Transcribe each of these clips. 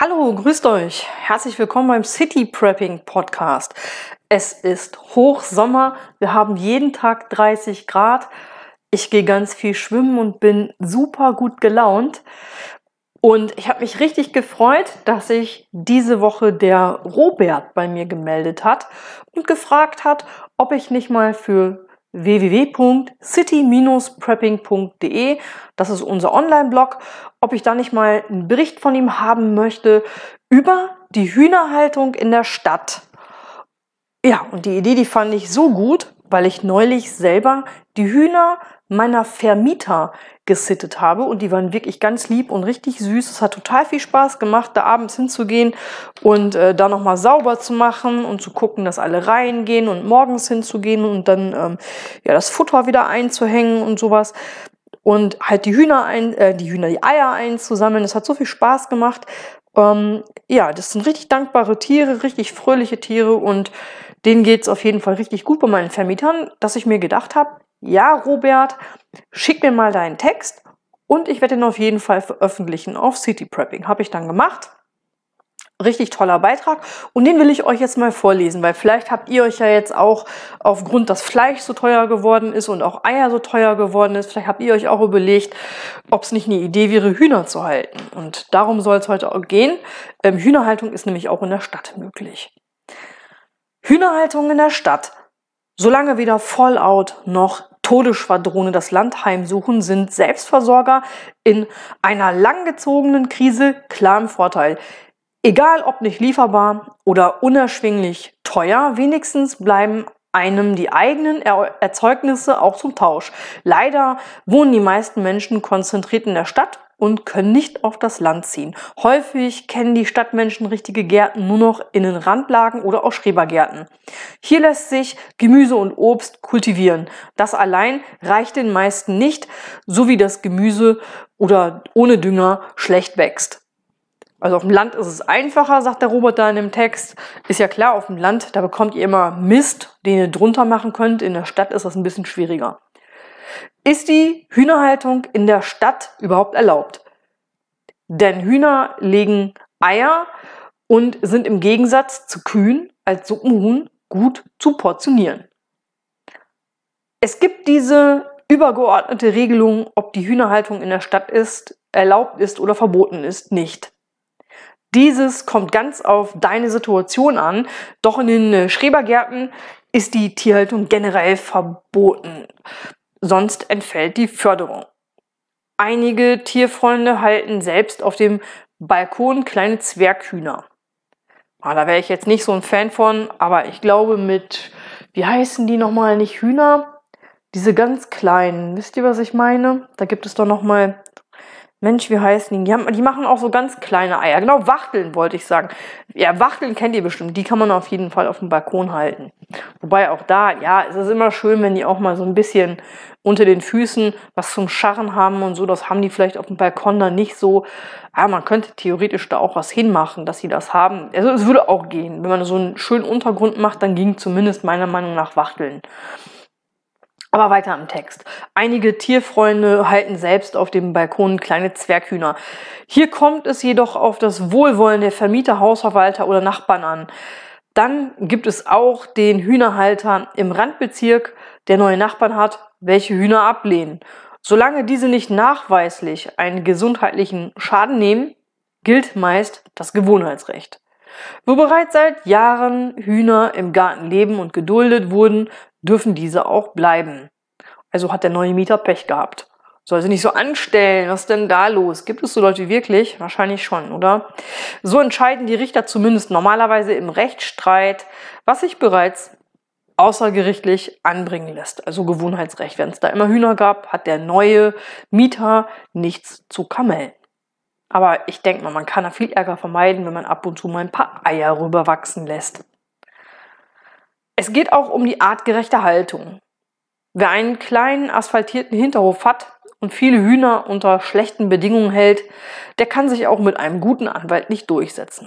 Hallo, grüßt euch. Herzlich willkommen beim City Prepping Podcast. Es ist Hochsommer. Wir haben jeden Tag 30 Grad. Ich gehe ganz viel schwimmen und bin super gut gelaunt. Und ich habe mich richtig gefreut, dass sich diese Woche der Robert bei mir gemeldet hat und gefragt hat, ob ich nicht mal für www.city-prepping.de, das ist unser Online-Blog, ob ich da nicht mal einen Bericht von ihm haben möchte über die Hühnerhaltung in der Stadt. Ja, und die Idee, die fand ich so gut, weil ich neulich selber die Hühner meiner Vermieter gesittet habe und die waren wirklich ganz lieb und richtig süß. Es hat total viel Spaß gemacht, da abends hinzugehen und da nochmal sauber zu machen und zu gucken, dass alle reingehen und morgens hinzugehen und dann das Futter wieder einzuhängen und sowas. Und halt die Eier einzusammeln. Das hat so viel Spaß gemacht. Das sind richtig dankbare Tiere, richtig fröhliche Tiere und denen geht es auf jeden Fall richtig gut bei meinen Vermietern, dass ich mir gedacht habe, ja, Robert, schick mir mal deinen Text und ich werde ihn auf jeden Fall veröffentlichen auf City Prepping. Habe ich dann gemacht. Richtig toller Beitrag und den will ich euch jetzt mal vorlesen, weil vielleicht habt ihr euch ja jetzt auch aufgrund, dass Fleisch so teuer geworden ist und auch Eier so teuer geworden ist, vielleicht habt ihr euch auch überlegt, ob es nicht eine Idee wäre, Hühner zu halten. Und darum soll es heute auch gehen. Hühnerhaltung ist nämlich auch in der Stadt möglich. Hühnerhaltung in der Stadt. Solange weder Fallout noch Todesschwadrone das Land heimsuchen, sind Selbstversorger in einer langgezogenen Krise klar im Vorteil. Egal ob nicht lieferbar oder unerschwinglich teuer, wenigstens bleiben einem die eigenen Erzeugnisse auch zum Tausch. Leider wohnen die meisten Menschen konzentriert in der Stadt und können nicht auf das Land ziehen. Häufig kennen die Stadtmenschen richtige Gärten nur noch in den Randlagen oder auch Schrebergärten. Hier lässt sich Gemüse und Obst kultivieren. Das allein reicht den meisten nicht, so wie das Gemüse oder ohne Dünger schlecht wächst. Also auf dem Land ist es einfacher, sagt der Robert da in dem Text. Ist ja klar, auf dem Land, da bekommt ihr immer Mist, den ihr drunter machen könnt. In der Stadt ist das ein bisschen schwieriger. Ist die Hühnerhaltung in der Stadt überhaupt erlaubt? Denn Hühner legen Eier und sind im Gegensatz zu Kühen als Suppenhuhn gut zu portionieren. Es gibt diese übergeordnete Regelung, ob die Hühnerhaltung in der Stadt erlaubt ist oder verboten ist, nicht. Dieses kommt ganz auf deine Situation an, doch in den Schrebergärten ist die Tierhaltung generell verboten, sonst entfällt die Förderung. Einige Tierfreunde halten selbst auf dem Balkon kleine Zwerghühner. Da wäre ich jetzt nicht so ein Fan von, aber ich glaube wie heißen die nochmal, nicht Hühner? Diese ganz kleinen, wisst ihr, was ich meine? Da gibt es doch nochmal... Mensch, wie heißen die? Die machen auch so ganz kleine Eier. Genau, Wachteln wollte ich sagen. Ja, Wachteln kennt ihr bestimmt. Die kann man auf jeden Fall auf dem Balkon halten. Wobei auch da, ja, es ist immer schön, wenn die auch mal so ein bisschen unter den Füßen was zum Scharren haben und so. Das haben die vielleicht auf dem Balkon dann nicht so. Ja, man könnte theoretisch da auch was hinmachen, dass sie das haben. Also es würde auch gehen. Wenn man so einen schönen Untergrund macht, dann ging zumindest meiner Meinung nach Wachteln. Aber weiter im Text. Einige Tierfreunde halten selbst auf dem Balkon kleine Zwerghühner. Hier kommt es jedoch auf das Wohlwollen der Vermieter, Hausverwalter oder Nachbarn an. Dann gibt es auch den Hühnerhalter im Randbezirk, der neue Nachbarn hat, welche Hühner ablehnen. Solange diese nicht nachweislich einen gesundheitlichen Schaden nehmen, gilt meist das Gewohnheitsrecht. Wo bereits seit Jahren Hühner im Garten leben und geduldet wurden, dürfen diese auch bleiben. Also hat der neue Mieter Pech gehabt. Soll sie nicht so anstellen, was ist denn da los? Gibt es so Leute wirklich? Wahrscheinlich schon, oder? So entscheiden die Richter zumindest normalerweise im Rechtsstreit, was sich bereits außergerichtlich anbringen lässt. Also Gewohnheitsrecht. Wenn es da immer Hühner gab, hat der neue Mieter nichts zu kamellen. Aber ich denke mal, man kann da viel Ärger vermeiden, wenn man ab und zu mal ein paar Eier rüberwachsen lässt. Es geht auch um die artgerechte Haltung. Wer einen kleinen asphaltierten Hinterhof hat und viele Hühner unter schlechten Bedingungen hält, der kann sich auch mit einem guten Anwalt nicht durchsetzen.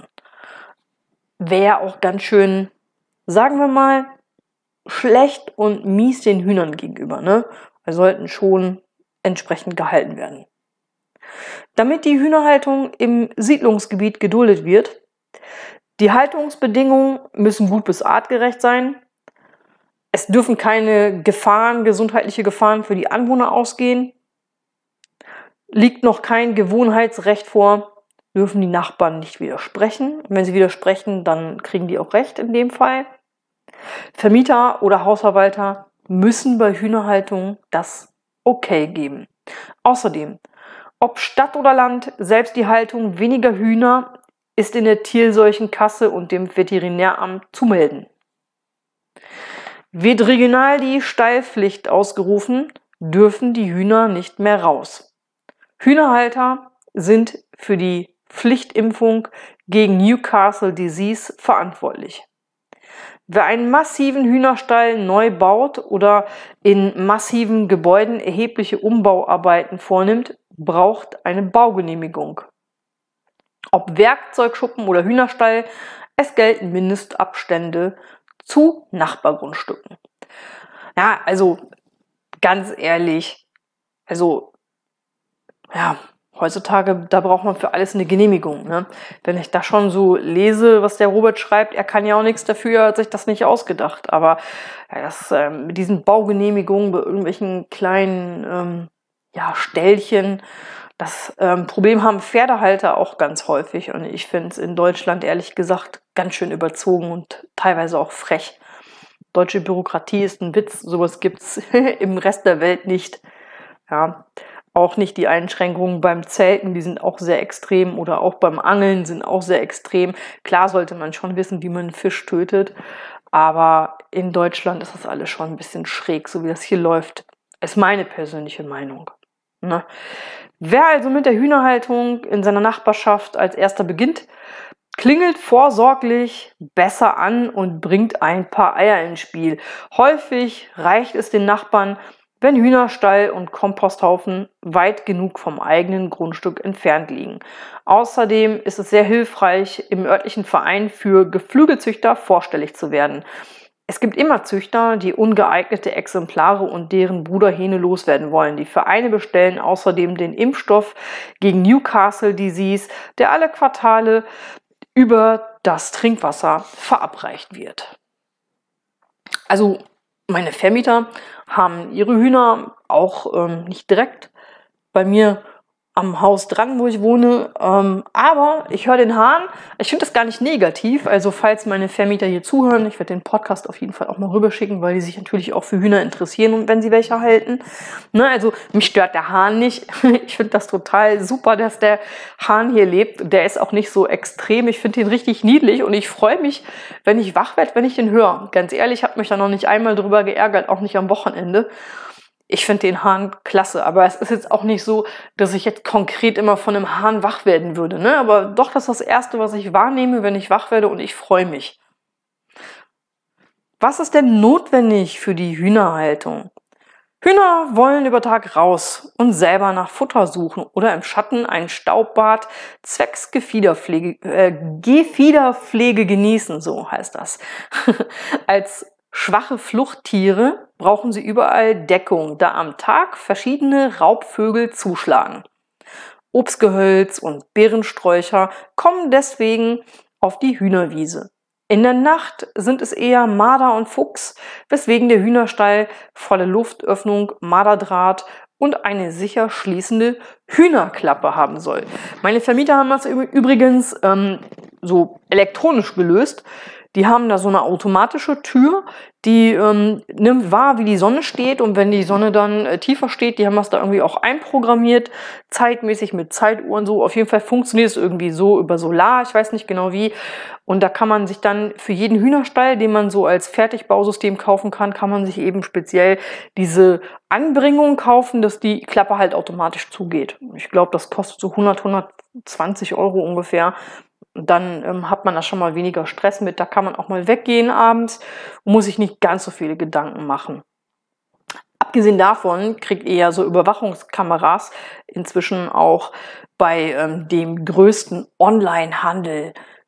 Wäre auch ganz schön, sagen wir mal, schlecht und mies den Hühnern gegenüber, ne? Wir sollten schon entsprechend gehalten werden. Damit die Hühnerhaltung im Siedlungsgebiet geduldet wird. Die Haltungsbedingungen müssen gut bis artgerecht sein. Es dürfen keine gesundheitliche Gefahren für die Anwohner ausgehen. Liegt noch kein Gewohnheitsrecht vor, dürfen die Nachbarn nicht widersprechen. Und wenn sie widersprechen, dann kriegen die auch Recht in dem Fall. Vermieter oder Hausverwalter müssen bei Hühnerhaltung das Okay geben. Außerdem, ob Stadt oder Land, selbst die Haltung weniger Hühner ist in der Tierseuchenkasse und dem Veterinäramt zu melden. Wird regional die Stallpflicht ausgerufen, dürfen die Hühner nicht mehr raus. Hühnerhalter sind für die Pflichtimpfung gegen Newcastle Disease verantwortlich. Wer einen massiven Hühnerstall neu baut oder in massiven Gebäuden erhebliche Umbauarbeiten vornimmt, braucht eine Baugenehmigung. Ob Werkzeugschuppen oder Hühnerstall, es gelten Mindestabstände zu Nachbargrundstücken. Ja, also ganz ehrlich, heutzutage, da braucht man für alles eine Genehmigung. Ne? Wenn ich da schon so lese, was der Robert schreibt, er kann ja auch nichts dafür, er hat sich das nicht ausgedacht. Aber mit diesen Baugenehmigungen bei irgendwelchen kleinen Ställchen, das Problem haben Pferdehalter auch ganz häufig. Und ich finde es in Deutschland ehrlich gesagt ganz schön überzogen und teilweise auch frech. Deutsche Bürokratie ist ein Witz, sowas gibt es im Rest der Welt nicht. Ja. Auch nicht die Einschränkungen beim Zelten, die sind auch sehr extrem, oder auch beim Angeln sind auch sehr extrem. Klar sollte man schon wissen, wie man einen Fisch tötet, aber in Deutschland ist das alles schon ein bisschen schräg, so wie das hier läuft. Ist meine persönliche Meinung. Ne? Wer also mit der Hühnerhaltung in seiner Nachbarschaft als erster beginnt, klingelt vorsorglich besser an und bringt ein paar Eier ins Spiel. Häufig reicht es den Nachbarn, wenn Hühnerstall und Komposthaufen weit genug vom eigenen Grundstück entfernt liegen. Außerdem ist es sehr hilfreich, im örtlichen Verein für Geflügelzüchter vorstellig zu werden. Es gibt immer Züchter, die ungeeignete Exemplare und deren Bruderhähne loswerden wollen. Die Vereine bestellen außerdem den Impfstoff gegen Newcastle Disease, der alle Quartale über das Trinkwasser verabreicht wird. Also meine Vermieter haben ihre Hühner auch nicht direkt bei mir am Haus dran, wo ich wohne. Aber ich höre den Hahn. Ich finde das gar nicht negativ. Also falls meine Vermieter hier zuhören, ich werde den Podcast auf jeden Fall auch mal rüberschicken, weil die sich natürlich auch für Hühner interessieren und wenn sie welche halten. Ne, also mich stört der Hahn nicht. Ich finde das total super, dass der Hahn hier lebt. Der ist auch nicht so extrem. Ich finde ihn richtig niedlich und ich freue mich, wenn ich wach werde, wenn ich den höre. Ganz ehrlich, ich habe mich da noch nicht einmal drüber geärgert, auch nicht am Wochenende. Ich finde den Hahn klasse, aber es ist jetzt auch nicht so, dass ich jetzt konkret immer von einem Hahn wach werden würde. Ne? Aber doch, das ist das Erste, was ich wahrnehme, wenn ich wach werde und ich freue mich. Was ist denn notwendig für die Hühnerhaltung? Hühner wollen über Tag raus und selber nach Futter suchen oder im Schatten ein Staubbad zwecks Gefiederpflege genießen, so heißt das. Als schwache Fluchttiere brauchen sie überall Deckung, da am Tag verschiedene Raubvögel zuschlagen. Obstgehölz und Beerensträucher kommen deswegen auf die Hühnerwiese. In der Nacht sind es eher Marder und Fuchs, weswegen der Hühnerstall volle Luftöffnung, Marderdraht und eine sicher schließende Hühnerklappe haben soll. Meine Vermieter haben das übrigens so elektronisch gelöst. Die haben da so eine automatische Tür, die nimmt wahr, wie die Sonne steht, und wenn die Sonne dann tiefer steht, die haben das da irgendwie auch einprogrammiert, zeitmäßig mit Zeituhren so. Auf jeden Fall funktioniert es irgendwie so über Solar, ich weiß nicht genau wie. Und da kann man sich dann für jeden Hühnerstall, den man so als Fertigbausystem kaufen kann, kann man sich eben speziell diese Anbringung kaufen, dass die Klappe halt automatisch zugeht. Ich glaube, das kostet so 120 Euro ungefähr. Dann hat man da schon mal weniger Stress mit. Da kann man auch mal weggehen abends und muss sich nicht ganz so viele Gedanken machen. Abgesehen davon kriegt ihr ja so Überwachungskameras inzwischen auch bei dem größten Online-Handel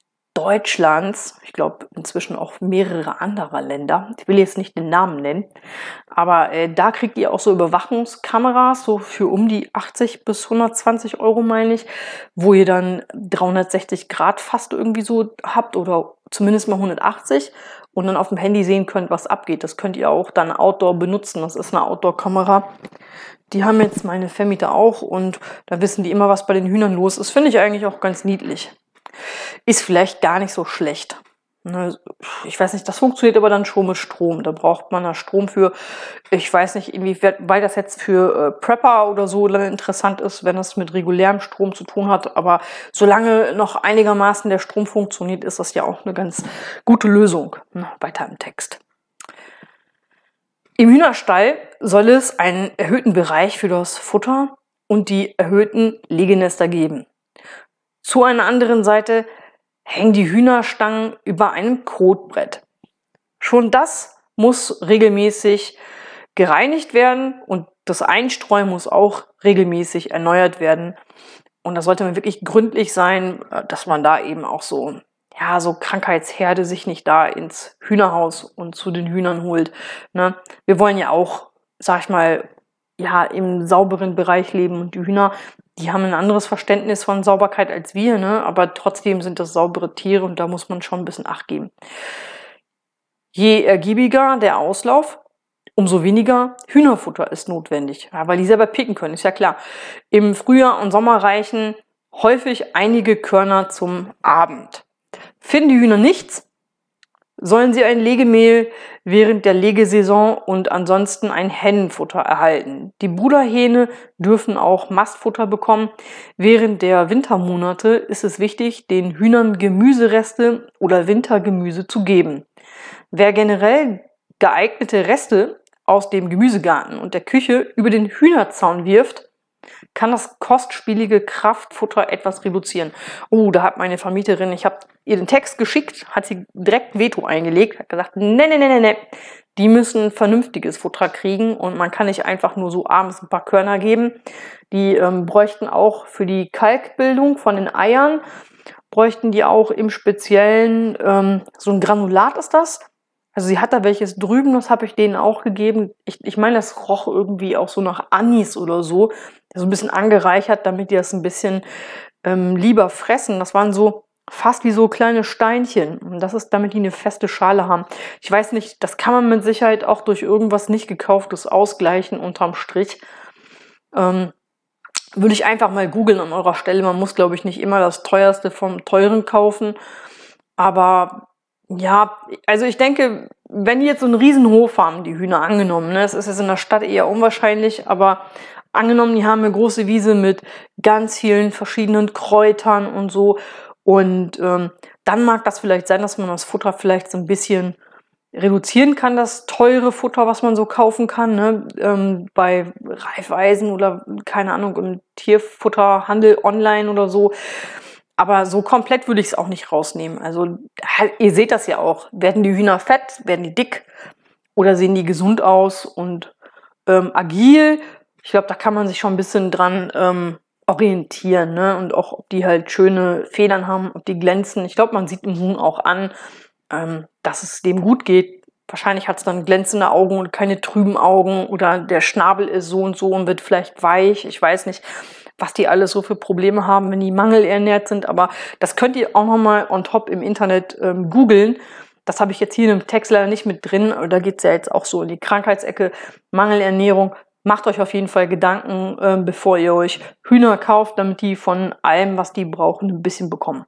Deutschlands, ich glaube inzwischen auch mehrere anderer Länder, ich will jetzt nicht den Namen nennen, aber da kriegt ihr auch so Überwachungskameras, so für um die 80 bis 120 Euro, meine ich, wo ihr dann 360 Grad fast irgendwie so habt oder zumindest mal 180 und dann auf dem Handy sehen könnt, was abgeht. Das könnt ihr auch dann outdoor benutzen. Das ist eine Outdoor-Kamera. Die haben jetzt meine Vermieter auch und da wissen die immer, was bei den Hühnern los ist. Finde ich eigentlich auch ganz niedlich. Ist vielleicht gar nicht so schlecht. Ich weiß nicht, das funktioniert aber dann schon mit Strom. Da braucht man da Strom für. Ich weiß nicht, inwieweit das jetzt für Prepper oder so dann interessant ist, wenn das mit regulärem Strom zu tun hat. Aber solange noch einigermaßen der Strom funktioniert, ist das ja auch eine ganz gute Lösung. Weiter im Text. Im Hühnerstall soll es einen erhöhten Bereich für das Futter und die erhöhten Legenester geben. Zu einer anderen Seite hängen die Hühnerstangen über einem Kotbrett. Schon das muss regelmäßig gereinigt werden und das Einstreu muss auch regelmäßig erneuert werden. Und da sollte man wirklich gründlich sein, dass man da eben auch so Krankheitsherde sich nicht da ins Hühnerhaus und zu den Hühnern holt. Ne? Wir wollen ja auch, sag ich mal, im sauberen Bereich leben und die Hühner, die haben ein anderes Verständnis von Sauberkeit als wir, ne? Aber trotzdem sind das saubere Tiere und da muss man schon ein bisschen Acht geben. Je ergiebiger der Auslauf, umso weniger Hühnerfutter ist notwendig, weil die selber picken können, ist ja klar. Im Frühjahr und Sommer reichen häufig einige Körner zum Abend. Finden die Hühner nichts, sollen sie ein Legemehl während der Legesaison und ansonsten ein Hennenfutter erhalten. Die Bruderhähne dürfen auch Mastfutter bekommen. Während der Wintermonate ist es wichtig, den Hühnern Gemüsereste oder Wintergemüse zu geben. Wer generell geeignete Reste aus dem Gemüsegarten und der Küche über den Hühnerzaun wirft, kann das kostspielige Kraftfutter etwas reduzieren. Oh, da hat meine Vermieterin, ich habe ihr den Text geschickt, hat sie direkt ein Veto eingelegt, hat gesagt, nee, die müssen vernünftiges Futter kriegen und man kann nicht einfach nur so abends ein paar Körner geben. Die bräuchten auch für die Kalkbildung von den Eiern, bräuchten die auch im Speziellen, so ein Granulat ist das. Also sie hat da welches drüben, das habe ich denen auch gegeben. Ich meine, das roch irgendwie auch so nach Anis oder so. So ein bisschen angereichert, damit die das ein bisschen lieber fressen. Das waren so fast wie so kleine Steinchen. Und das ist, damit die eine feste Schale haben. Ich weiß nicht, das kann man mit Sicherheit auch durch irgendwas nicht gekauftes ausgleichen unterm Strich. Würde ich einfach mal googeln an eurer Stelle. Man muss, glaube ich, nicht immer das Teuerste vom Teuren kaufen. Aber ja, also ich denke, wenn die jetzt so einen riesen Hof haben, die Hühner angenommen, ne, das ist jetzt in der Stadt eher unwahrscheinlich, aber angenommen, die haben eine große Wiese mit ganz vielen verschiedenen Kräutern und so und dann mag das vielleicht sein, dass man das Futter vielleicht so ein bisschen reduzieren kann, das teure Futter, was man so kaufen kann, ne, bei Raiffeisen oder keine Ahnung, im Tierfutterhandel online oder so. Aber so komplett würde ich es auch nicht rausnehmen. Also ihr seht das ja auch. Werden die Hühner fett? Werden die dick? Oder sehen die gesund aus und agil? Ich glaube, da kann man sich schon ein bisschen dran orientieren. Ne? Und auch, ob die halt schöne Federn haben, ob die glänzen. Ich glaube, man sieht im Huhn auch an, dass es dem gut geht. Wahrscheinlich hat es dann glänzende Augen und keine trüben Augen. Oder der Schnabel ist so und wird vielleicht weich. Ich weiß nicht, was die alles so für Probleme haben, wenn die mangelernährt sind. Aber das könnt ihr auch nochmal on top im Internet googeln. Das habe ich jetzt hier im Text leider nicht mit drin. Da geht es ja jetzt auch so in die Krankheitsecke. Mangelernährung. Macht euch auf jeden Fall Gedanken, bevor ihr euch Hühner kauft, damit die von allem, was die brauchen, ein bisschen bekommen.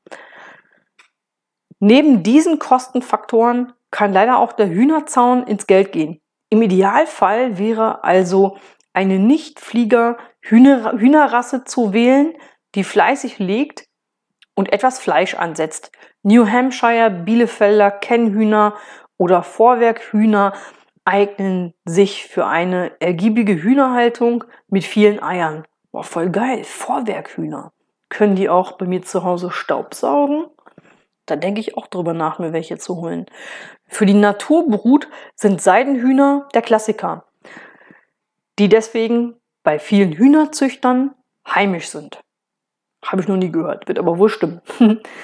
Neben diesen Kostenfaktoren kann leider auch der Hühnerzaun ins Geld gehen. Im Idealfall wäre also eine Nicht-Flieger-Hühnerrasse zu wählen, die fleißig legt und etwas Fleisch ansetzt. New Hampshire, Bielefelder, Kennhühner oder Vorwerkhühner eignen sich für eine ergiebige Hühnerhaltung mit vielen Eiern. Boah, voll geil, Vorwerkhühner. Können die auch bei mir zu Hause staubsaugen? Da denke ich auch drüber nach, mir welche zu holen. Für die Naturbrut sind Seidenhühner der Klassiker, die deswegen bei vielen Hühnerzüchtern heimisch sind. Habe ich noch nie gehört, wird aber wohl stimmen.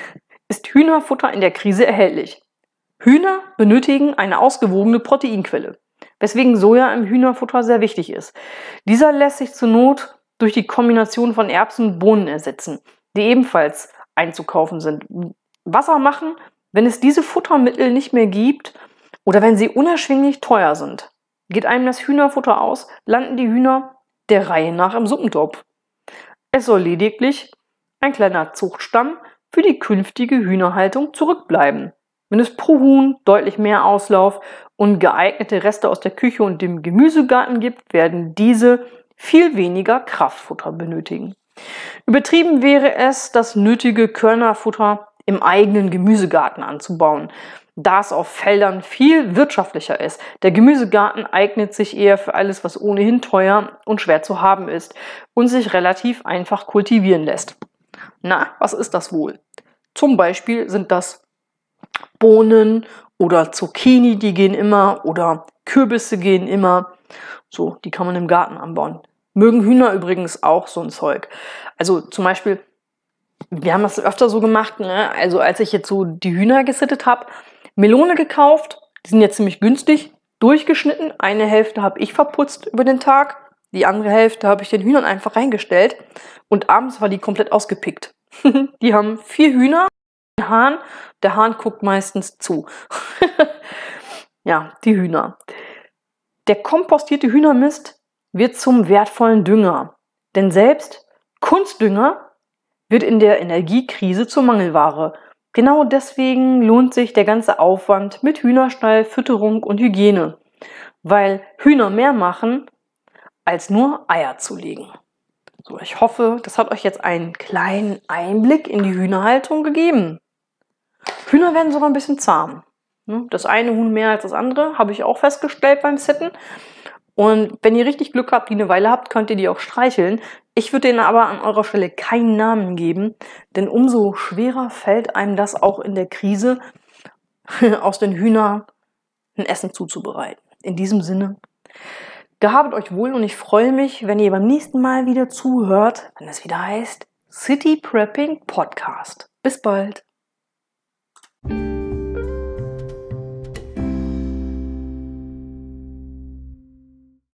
ist Hühnerfutter in der Krise erhältlich. Hühner benötigen eine ausgewogene Proteinquelle, weswegen Soja im Hühnerfutter sehr wichtig ist. Dieser lässt sich zur Not durch die Kombination von Erbsen und Bohnen ersetzen, die ebenfalls einzukaufen sind. Wasser machen, wenn es diese Futtermittel nicht mehr gibt oder wenn sie unerschwinglich teuer sind. Geht einem das Hühnerfutter aus, landen die Hühner der Reihe nach im Suppentopf. Es soll lediglich ein kleiner Zuchtstamm für die künftige Hühnerhaltung zurückbleiben. Wenn es pro Huhn deutlich mehr Auslauf und geeignete Reste aus der Küche und dem Gemüsegarten gibt, werden diese viel weniger Kraftfutter benötigen. Übertrieben wäre es, das nötige Körnerfutter im eigenen Gemüsegarten anzubauen, da es auf Feldern viel wirtschaftlicher ist. Der Gemüsegarten eignet sich eher für alles, was ohnehin teuer und schwer zu haben ist und sich relativ einfach kultivieren lässt. Na, was ist das wohl? Zum Beispiel sind das Bohnen oder Zucchini, die gehen immer, oder Kürbisse gehen immer. So, die kann man im Garten anbauen. Mögen Hühner übrigens auch so ein Zeug. Also zum Beispiel, wir haben das öfter so gemacht, ne? Also als ich jetzt so die Hühner gesittet habe, Melone gekauft, die sind jetzt ziemlich günstig, durchgeschnitten. Eine Hälfte habe ich verputzt über den Tag, die andere Hälfte habe ich den Hühnern einfach reingestellt und abends war die komplett ausgepickt. Die haben 4 Hühner, Hahn, der Hahn guckt meistens zu. Ja, die Hühner. Der kompostierte Hühnermist wird zum wertvollen Dünger, denn selbst Kunstdünger wird in der Energiekrise zur Mangelware. Genau deswegen lohnt sich der ganze Aufwand mit Hühnerstall, Fütterung und Hygiene, weil Hühner mehr machen, als nur Eier zu legen. So, ich hoffe, das hat euch jetzt einen kleinen Einblick in die Hühnerhaltung gegeben. Hühner werden sogar ein bisschen zahm. Das eine Huhn mehr als das andere, habe ich auch festgestellt beim Sitten. Und wenn ihr richtig Glück habt, die eine Weile habt, könnt ihr die auch streicheln. Ich würde denen aber an eurer Stelle keinen Namen geben, denn umso schwerer fällt einem das auch in der Krise, aus den Hühnern ein Essen zuzubereiten. In diesem Sinne, gehabt euch wohl und ich freue mich, wenn ihr beim nächsten Mal wieder zuhört, wenn es wieder heißt City Prepping Podcast. Bis bald!